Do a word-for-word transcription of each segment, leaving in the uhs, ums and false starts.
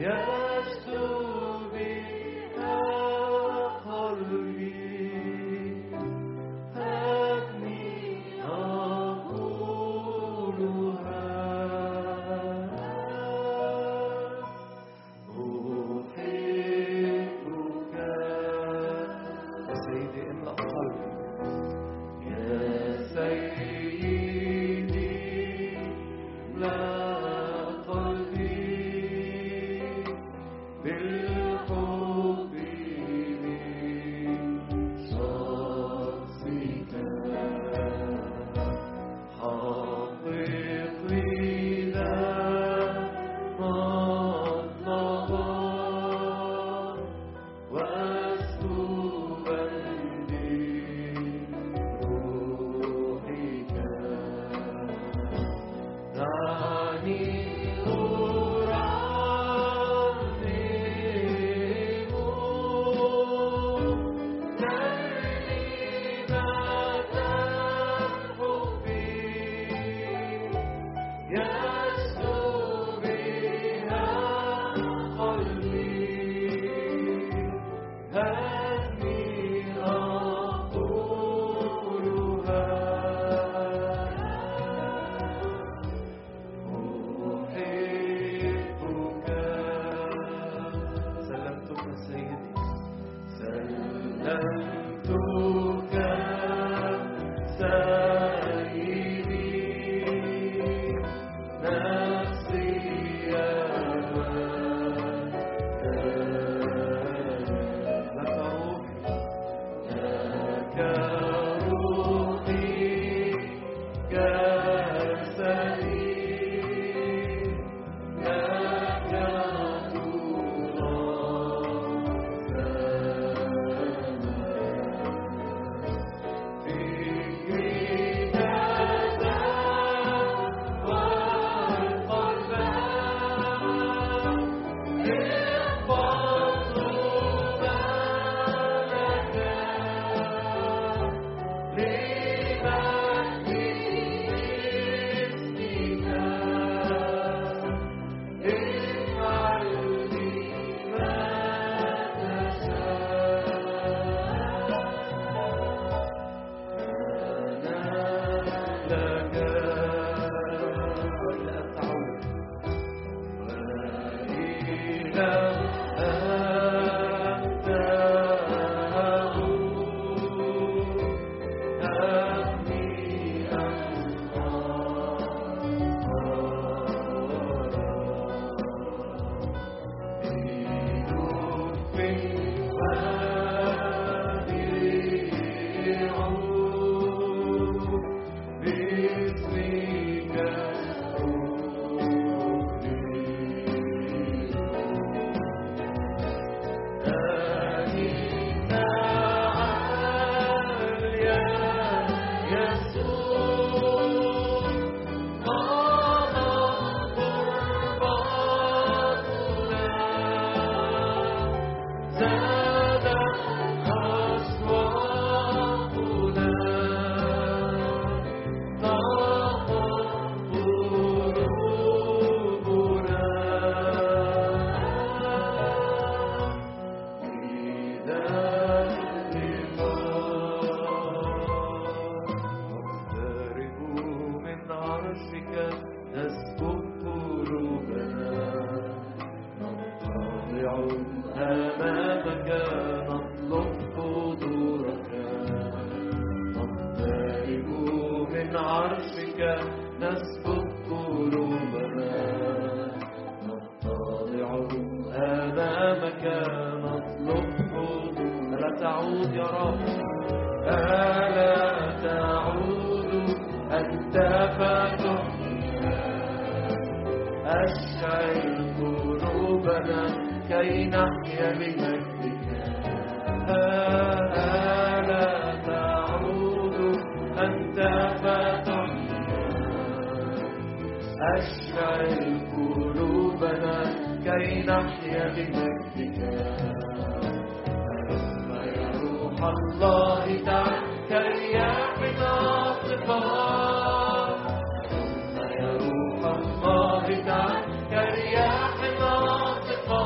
الله تعال كرياح ناطقة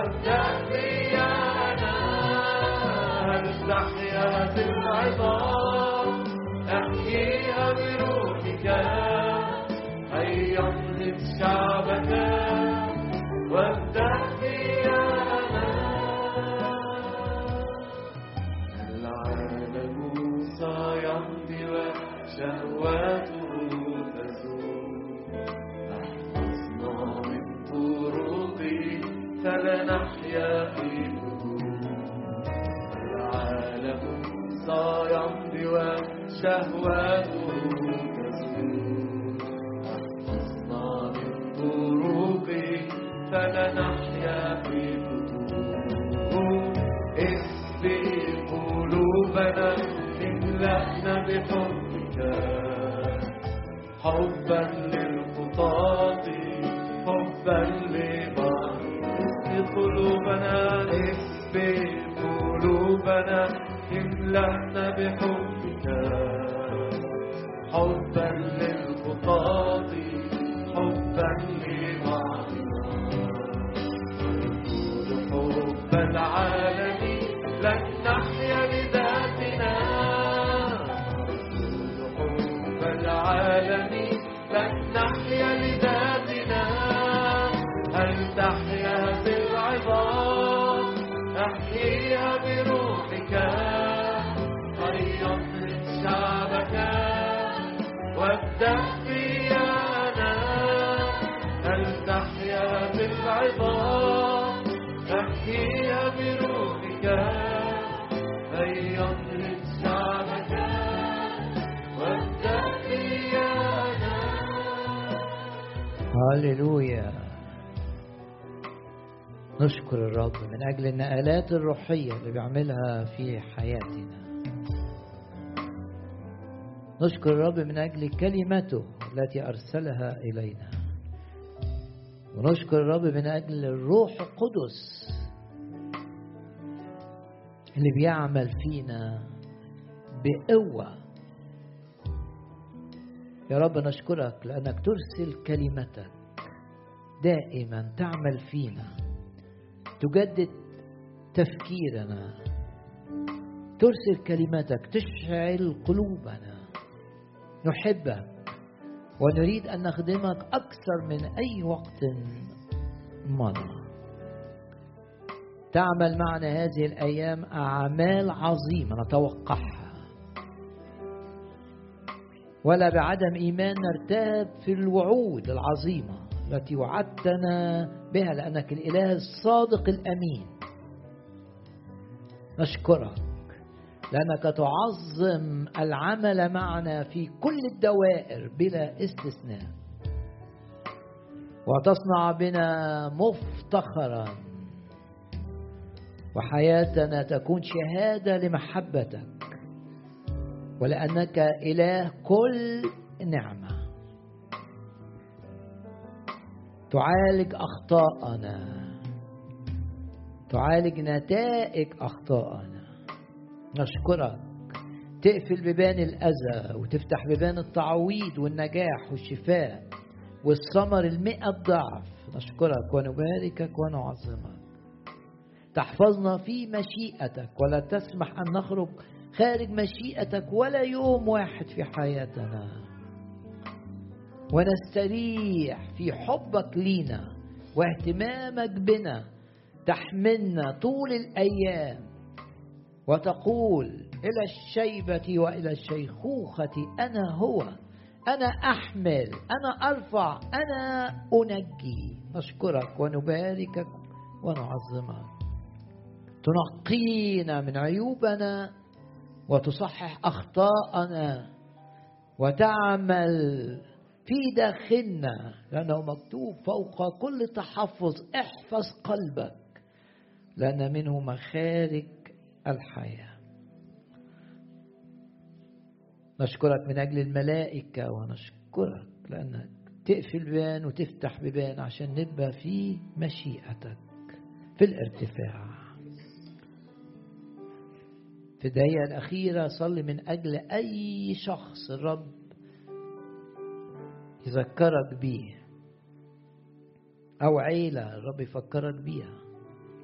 وابدأ بي أنا. هل تحيا في العظام احييها بروحك. هيا اطلب شعبك وابدأ بي أنا. العالم سيمضي وشهواته تزول. احفظنا من طرقه فلا نحيا في هدوء. العالم سيمضي وشهواته تزول. احفظنا من طرقه فلا نحيا في هدوء. اسبي قلوبنا املأنا بحبك. حبا للخطاة حبا لبعض. اسبي قلوبنا اسبي قلوبنا املأنا بحبك. حبا للخطاة حبا لبعضنا. نقول حب العالم لن نحيا لذاتنا. نقول حب العالم لن نحيا لذاتنا. هل تحيا في العظام احييها بروحك. هيا اطلب شعبك وابدأ بي أنا. هل تحيا في العظام احييها بروحك. هيا اطلب شعبك وابدأ بي أنا. هاليلويا. نشكر الرب من أجل النقلات الروحية اللي بيعملها في حياتنا. نشكر الرب من أجل كلمته التي أرسلها إلينا. ونشكر الرب من أجل الروح القدس اللي بيعمل فينا بقوة. يا رب نشكرك لأنك ترسل كلمتك دائما تعمل فينا، تجدد تفكيرنا، ترسل كلمتك تشعل قلوبنا. نحبك ونريد أن نخدمك أكثر من أي وقت مضى. تعمل معنا هذه الأيام أعمال عظيمة نتوقعها، ولا بعدم إيمان نرتاب في الوعود العظيمة التي وعدتنا بها، لأنك الإله الصادق الأمين. نشكرك لأنك تعظم العمل معنا في كل الدوائر بلا استثناء، وتصنع بنا مفتخرا، وحياتنا تكون شهادة لمحبتك، ولأنك إله كل نعمة. تعالج أخطاءنا، تعالج نتائج أخطاءنا. نشكرك تقفل بيبان الأذى وتفتح بيبان التعويض والنجاح والشفاء والثمر المئة ضعف. نشكرك ونباركك ونعظمك. تحفظنا في مشيئتك ولا تسمح أن نخرج خارج مشيئتك ولا يوم واحد في حياتنا، ونستريح في حبك لينا واهتمامك بنا. تحملنا طول الأيام وتقول إلى الشيبة وإلى الشيخوخة أنا هو، أنا أحمل، أنا أرفع، أنا أنجي. نشكرك ونباركك ونعظمك. تنقينا من عيوبنا وتصحح أخطاءنا وتعمل في داخلنا، لأنه مكتوب فوق كل تحفظ احفظ قلبك لأن منه مخارج الحياة. نشكرك من أجل الملائكة، ونشكرك لأنك تقفل بيبان وتفتح بيبان عشان نبقى في مشيئتك في الارتفاع. في الدقيقة الأخيرة صلي من أجل أي شخص الرب يذكرك بيه، أو عيلة الرب يفكرك بيها.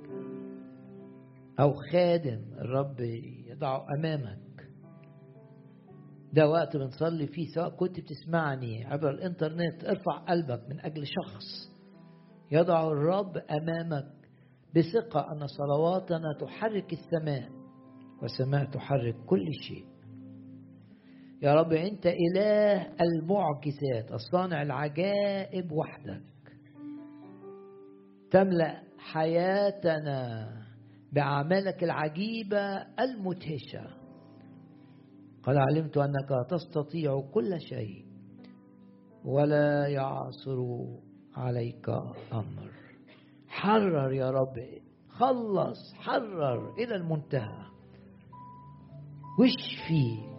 أو خادم الرب يضعه أمامك. ده وقت بنصلي فيه، سواء كنت بتسمعني عبر الإنترنت، ارفع قلبك من أجل شخص يضع الرب أمامك بثقة أن صلواتنا تحرك السماء والسماء تحرك كل شيء. يا رب أنت إله المعجزات، الصانع العجائب وحدك، تملأ حياتنا بأعمالك العجيبة المدهشة. قد علمت أنك تستطيع كل شيء ولا يعصر عليك أمر. حرر يا رب، خلص، حرر إلى المنتهى، واشفي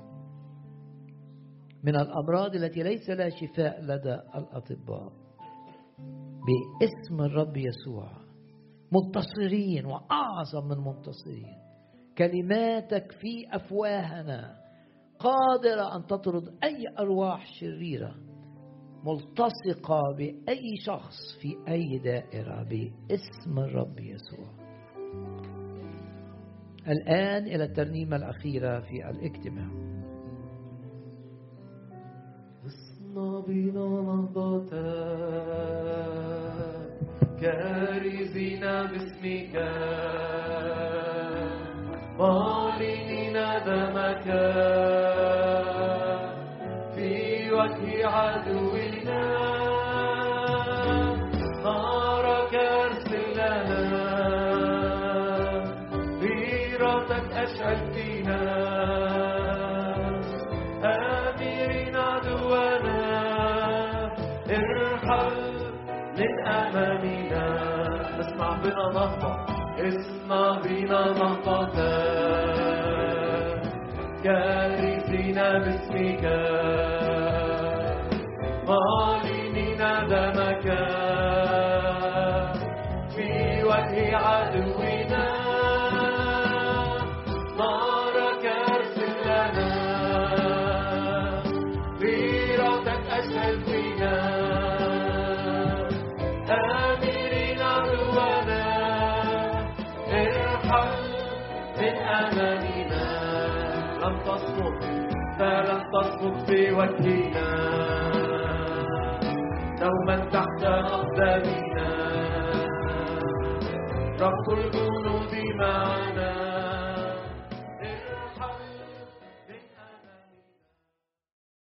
من الأمراض التي ليس لها شفاء لدى الأطباء باسم الرب يسوع. منتصرين وأعظم من منتصرين، كلماتك في أفواهنا قادرة أن تطرد أي أرواح شريرة ملتصقة بأي شخص في أي دائرة باسم الرب يسوع. الآن إلى الترنيمة الأخيرة في الاجتماع. اصنع بنا نهضة كارزين باسمك معلنين دمك في وجه عدونا، نارك ارسل لنا، غيرتك اشعل فينا، اميرين عدونا ارحل من امامنا. اسمع بنا نهضة، اسمع بنا نهضة كارثين باسمك معلنين دمك في وجه عدونا، نارك ارسل لنا، غيرتك اشعل فينا، اميرين عدونا ارحل من امامنا. لن تسقط فلن تسقط في وجهنا، دوما تحت أقدامنا. رب